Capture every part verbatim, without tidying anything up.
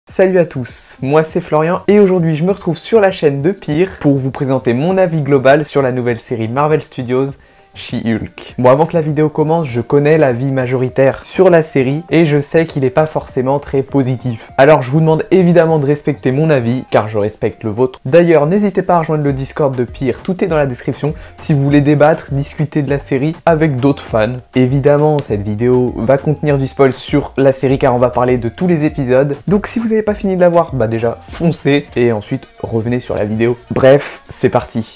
Salut à tous, moi c'est Florian et aujourd'hui je me retrouve sur la chaîne de Pire pour vous présenter mon avis global sur la nouvelle série Marvel Studios, She-Hulk. Bon, avant que la vidéo commence, je connais l'avis majoritaire sur la série et je sais qu'il n'est pas forcément très positif. Alors je vous demande évidemment de respecter mon avis, car je respecte le vôtre. D'ailleurs, n'hésitez pas à rejoindre le Discord de Pire, tout est dans la description, si vous voulez débattre, discuter de la série avec d'autres fans. Évidemment, cette vidéo va contenir du spoil sur la série car on va parler de tous les épisodes. Donc si vous n'avez pas fini de la voir, bah déjà foncez et ensuite revenez sur la vidéo. Bref, c'est parti.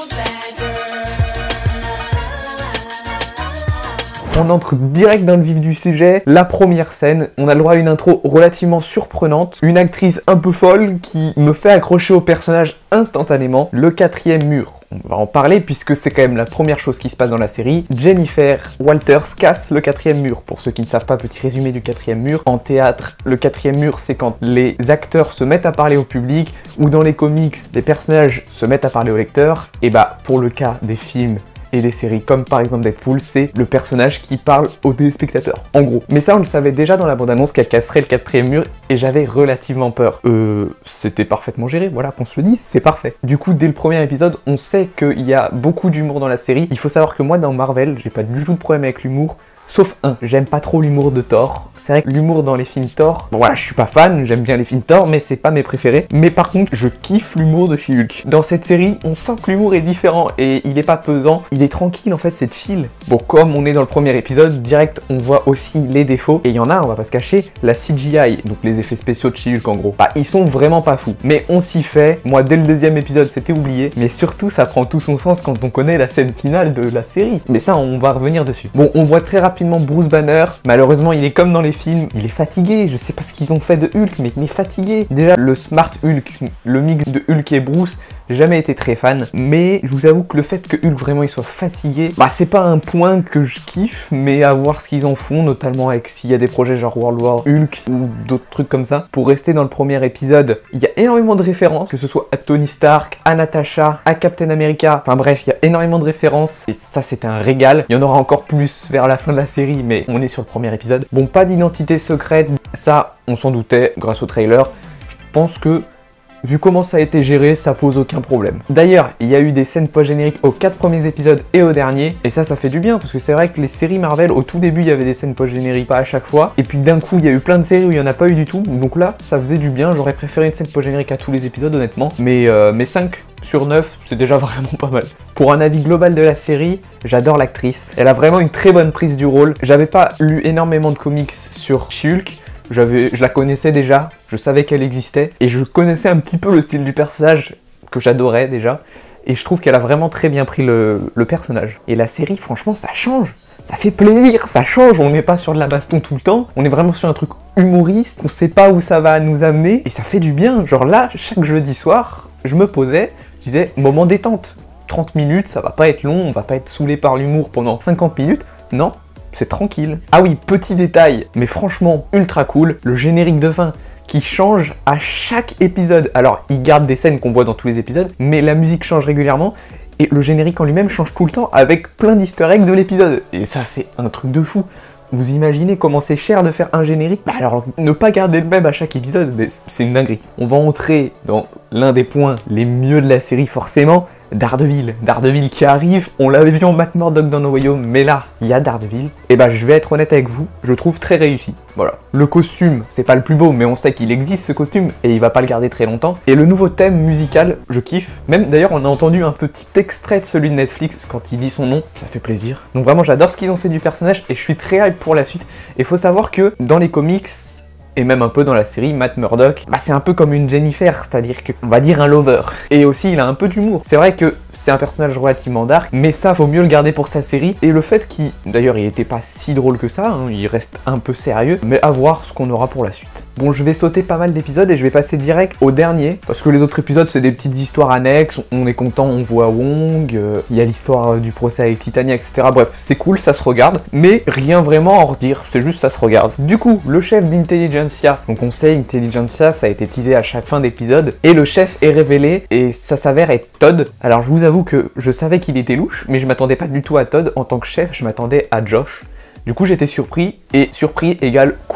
On entre direct dans le vif du sujet. La première scène, on a le droit à une intro relativement surprenante. Une actrice un peu folle qui me fait accrocher au personnage instantanément. Le quatrième mur, on va en parler puisque c'est quand même la première chose qui se passe dans la série. Jennifer Walters casse le quatrième mur. Pour ceux qui ne savent pas, petit résumé du quatrième mur. En théâtre, le quatrième mur, c'est quand les acteurs se mettent à parler au public, ou dans les comics, les personnages se mettent à parler au lecteur. Et bah, pour le cas des films et des séries comme par exemple Deadpool, c'est le personnage qui parle aux téléspectateurs, en gros. Mais ça on le savait déjà dans la bande-annonce qu'elle casserait le quatrième mur et j'avais relativement peur. Euh, c'était parfaitement géré, voilà, qu'on se le dise, c'est parfait. Du coup, dès le premier épisode, on sait qu'il y a beaucoup d'humour dans la série. Il faut savoir que moi dans Marvel, j'ai pas du tout de problème avec l'humour. Sauf un, j'aime pas trop l'humour de Thor. C'est vrai que l'humour dans les films Thor, bon voilà, je suis pas fan, j'aime bien les films Thor, mais c'est pas mes préférés. Mais par contre, je kiffe l'humour de She-Hulk. Dans cette série, on sent que l'humour est différent et il est pas pesant, il est tranquille en fait, c'est chill. Bon, comme on est dans le premier épisode, direct, on voit aussi les défauts. Et il y en a, on va pas se cacher, la C G I, donc les effets spéciaux de She-Hulk en gros. Bah, ils sont vraiment pas fous. Mais on s'y fait, moi dès le deuxième épisode, c'était oublié. Mais surtout, ça prend tout son sens quand on connaît la scène finale de la série. Mais ça, on va revenir dessus. Bon, on voit très rapidement Bruce Banner. Malheureusement, il est comme dans les films, il est fatigué. Je sais pas ce qu'ils ont fait de Hulk, mais il est fatigué. Déjà, le Smart Hulk, le mix de Hulk et Bruce, j'ai jamais été très fan. Mais je vous avoue que le fait que Hulk vraiment il soit fatigué, bah c'est pas un point que je kiffe, mais à voir ce qu'ils en font, notamment avec s'il y a des projets genre World War Hulk ou d'autres trucs comme ça. Pour rester dans le premier épisode, il y a énormément de références, que ce soit à Tony Stark, à Natasha, à Captain America. Enfin bref, il y a énormément de références et ça c'était un régal. Il y en aura encore plus vers la fin de la série, mais on est sur le premier épisode. Bon, pas d'identité secrète, ça on s'en doutait grâce au trailer. Je pense que vu comment ça a été géré, ça pose aucun problème. D'ailleurs, il y a eu des scènes post-génériques aux quatre premiers épisodes et au dernier, et ça, ça fait du bien, parce que c'est vrai que les séries Marvel, au tout début, il y avait des scènes post-génériques, pas à chaque fois, et puis d'un coup, il y a eu plein de séries où il n'y en a pas eu du tout, donc là, ça faisait du bien. J'aurais préféré une scène post-générique à tous les épisodes, honnêtement, mais, euh, mais cinq sur neuf, c'est déjà vraiment pas mal. Pour un avis global de la série, j'adore l'actrice. Elle a vraiment une très bonne prise du rôle. J'avais pas lu énormément de comics sur She-Hulk, J'avais, je la connaissais déjà, je savais qu'elle existait, et je connaissais un petit peu le style du personnage, que j'adorais déjà, et je trouve qu'elle a vraiment très bien pris le, le personnage. Et la série, franchement, ça change, ça fait plaisir, ça change, on n'est pas sur de la baston tout le temps, on est vraiment sur un truc humoriste, on sait pas où ça va nous amener, et ça fait du bien. Genre là, chaque jeudi soir, je me posais, je disais, moment détente, trente minutes, ça va pas être long, on va pas être saoulé par l'humour pendant cinquante minutes, non. C'est tranquille. Ah oui, petit détail, mais franchement ultra cool, le générique de fin qui change à chaque épisode. Alors, il garde des scènes qu'on voit dans tous les épisodes, mais la musique change régulièrement et le générique en lui-même change tout le temps avec plein d'easter eggs de l'épisode. Et ça, c'est un truc de fou. Vous imaginez comment c'est cher de faire un générique? Bah alors, ne pas garder le même à chaque épisode, mais c'est une dinguerie. On va entrer dans l'un des points les mieux de la série forcément, Daredevil. Daredevil qui arrive, on l'avait vu en Matt Murdock dans No Way Home, mais là, il y a Daredevil. Et bah je vais être honnête avec vous, je trouve très réussi. Voilà. Le costume, c'est pas le plus beau, mais on sait qu'il existe ce costume, et il va pas le garder très longtemps. Et le nouveau thème musical, je kiffe. Même d'ailleurs, on a entendu un petit extrait de celui de Netflix quand il dit son nom, ça fait plaisir. Donc vraiment, j'adore ce qu'ils ont fait du personnage, et je suis très hype pour la suite. Et faut savoir que, dans les comics, et même un peu dans la série, Matt Murdock, bah c'est un peu comme une Jennifer, c'est-à-dire que, on va dire un lover. Et aussi, il a un peu d'humour. C'est vrai que c'est un personnage relativement dark, mais ça, vaut mieux le garder pour sa série. Et le fait qu'il, d'ailleurs, il était pas si drôle que ça, hein, il reste un peu sérieux, mais à voir ce qu'on aura pour la suite. Bon, je vais sauter pas mal d'épisodes et je vais passer direct au dernier, parce que les autres épisodes, c'est des petites histoires annexes, on est content, on voit Wong, il euh, y a l'histoire du procès avec Titania, et cetera. Bref, c'est cool, ça se regarde, mais rien vraiment à en redire, c'est juste ça se regarde. Du coup, le chef d'Intelligentsia, donc on sait, Intelligentsia, ça a été teasé à chaque fin d'épisode, et le chef est révélé, et ça s'avère être Todd. Alors je vous avoue que je savais qu'il était louche, mais je m'attendais pas du tout à Todd en tant que chef, je m'attendais à Josh. Du coup, j'étais surpris, et surpris égale cool.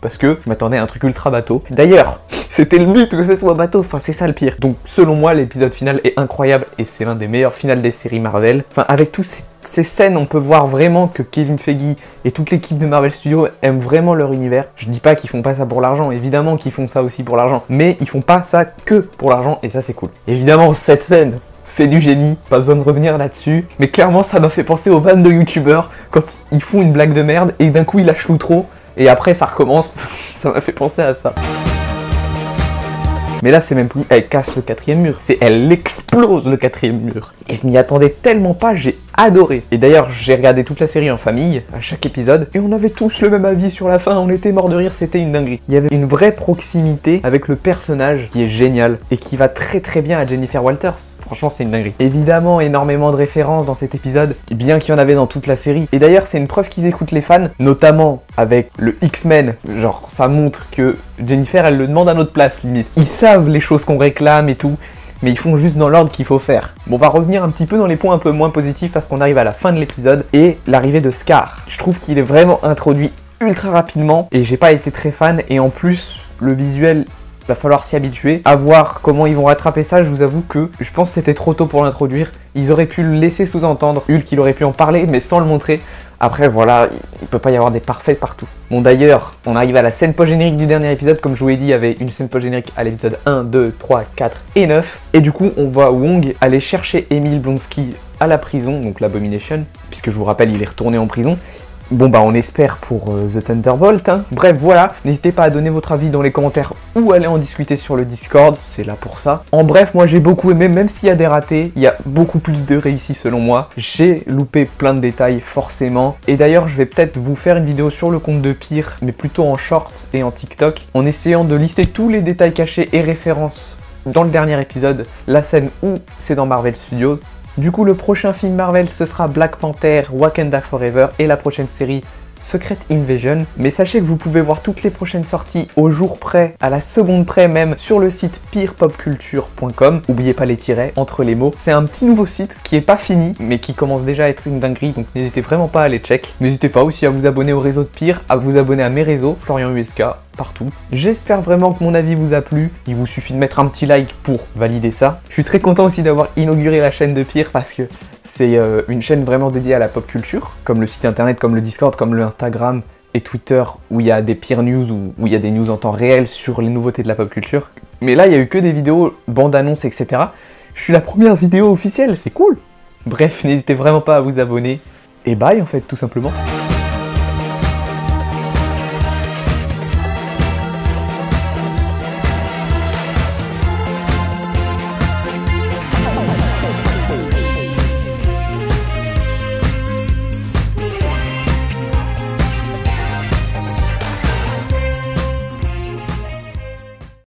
parce que je m'attendais à un truc ultra bateau. D'ailleurs, c'était le but que ce soit bateau, enfin c'est ça le pire. Donc selon moi, l'épisode final est incroyable et c'est l'un des meilleurs finales des séries Marvel. Enfin avec tous ces, ces scènes, on peut voir vraiment que Kevin Feige et toute l'équipe de Marvel Studios aiment vraiment leur univers. Je dis pas qu'ils font pas ça pour l'argent, évidemment qu'ils font ça aussi pour l'argent, mais ils font pas ça que pour l'argent et ça c'est cool. Évidemment cette scène, c'est du génie, pas besoin de revenir là-dessus, mais clairement ça m'a fait penser aux vannes de youtubeurs quand ils font une blague de merde et d'un coup ils lâchent l'outro et après ça recommence. Ça m'a fait penser à ça. Mais là, c'est même plus elle casse le quatrième mur, c'est elle explose le quatrième mur. Et je m'y attendais tellement pas, j'ai adoré. Et d'ailleurs, j'ai regardé toute la série en famille, à chaque épisode, et on avait tous le même avis sur la fin, on était morts de rire, c'était une dinguerie. Il y avait une vraie proximité avec le personnage qui est génial, et qui va très très bien à Jennifer Walters. Franchement, c'est une dinguerie. Évidemment, énormément de références dans cet épisode, bien qu'il y en avait dans toute la série. Et d'ailleurs, c'est une preuve qu'ils écoutent les fans, notamment avec le X-Men. Genre, ça montre que Jennifer, elle le demande à notre place, limite. Ils savent les choses qu'on réclame et tout, mais ils font juste dans l'ordre qu'il faut faire. Bon, on va revenir un petit peu dans les points un peu moins positifs parce qu'on arrive à la fin de l'épisode et l'arrivée de Scar. Je trouve qu'il est vraiment introduit ultra rapidement et j'ai pas été très fan et en plus, le visuel, va falloir s'y habituer. À voir comment ils vont rattraper ça, je vous avoue que je pense que c'était trop tôt pour l'introduire. Ils auraient pu le laisser sous-entendre, Hulk, il aurait pu en parler, mais sans le montrer. Après, voilà, il peut pas y avoir des parfaits partout. Bon, d'ailleurs, on arrive à la scène post-générique du dernier épisode. Comme je vous l'ai dit, il y avait une scène post-générique à l'épisode un, deux, trois, quatre et neuf. Et du coup, on voit Wong aller chercher Emile Blonsky à la prison, donc l'Abomination, puisque je vous rappelle, il est retourné en prison. Bon bah on espère pour euh, The Thunderbolt, hein. Bref voilà, n'hésitez pas à donner votre avis dans les commentaires ou aller en discuter sur le Discord, c'est là pour ça. En bref, moi j'ai beaucoup aimé, même s'il y a des ratés, il y a beaucoup plus de réussis selon moi. J'ai loupé plein de détails forcément, et d'ailleurs je vais peut-être vous faire une vidéo sur le compte de Pire, mais plutôt en short et en TikTok, en essayant de lister tous les détails cachés et références dans le dernier épisode, la scène où c'est dans Marvel Studios. Du coup, le prochain film Marvel, ce sera Black Panther, Wakanda Forever et la prochaine série Secret Invasion. Mais sachez que vous pouvez voir toutes les prochaines sorties au jour près, à la seconde près même, sur le site pire pop culture point com. N'oubliez pas les tirets entre les mots. C'est un petit nouveau site qui est pas fini, mais qui commence déjà à être une dinguerie, donc n'hésitez vraiment pas à aller check. N'hésitez pas aussi à vous abonner au réseau de Pire, à vous abonner à mes réseaux, Florian U S K, partout. J'espère vraiment que mon avis vous a plu. Il vous suffit de mettre un petit like pour valider ça. Je suis très content aussi d'avoir inauguré la chaîne de Pire parce que c'est euh, une chaîne vraiment dédiée à la pop culture, comme le site internet, comme le Discord, comme le Instagram et Twitter, où il y a des Pire News, où, où il y a des news en temps réel sur les nouveautés de la pop culture. Mais là, il y a eu que des vidéos, bandes annonces, et cetera. Je suis la première vidéo officielle, c'est cool. Bref, n'hésitez vraiment pas à vous abonner. Et bye en fait, tout simplement.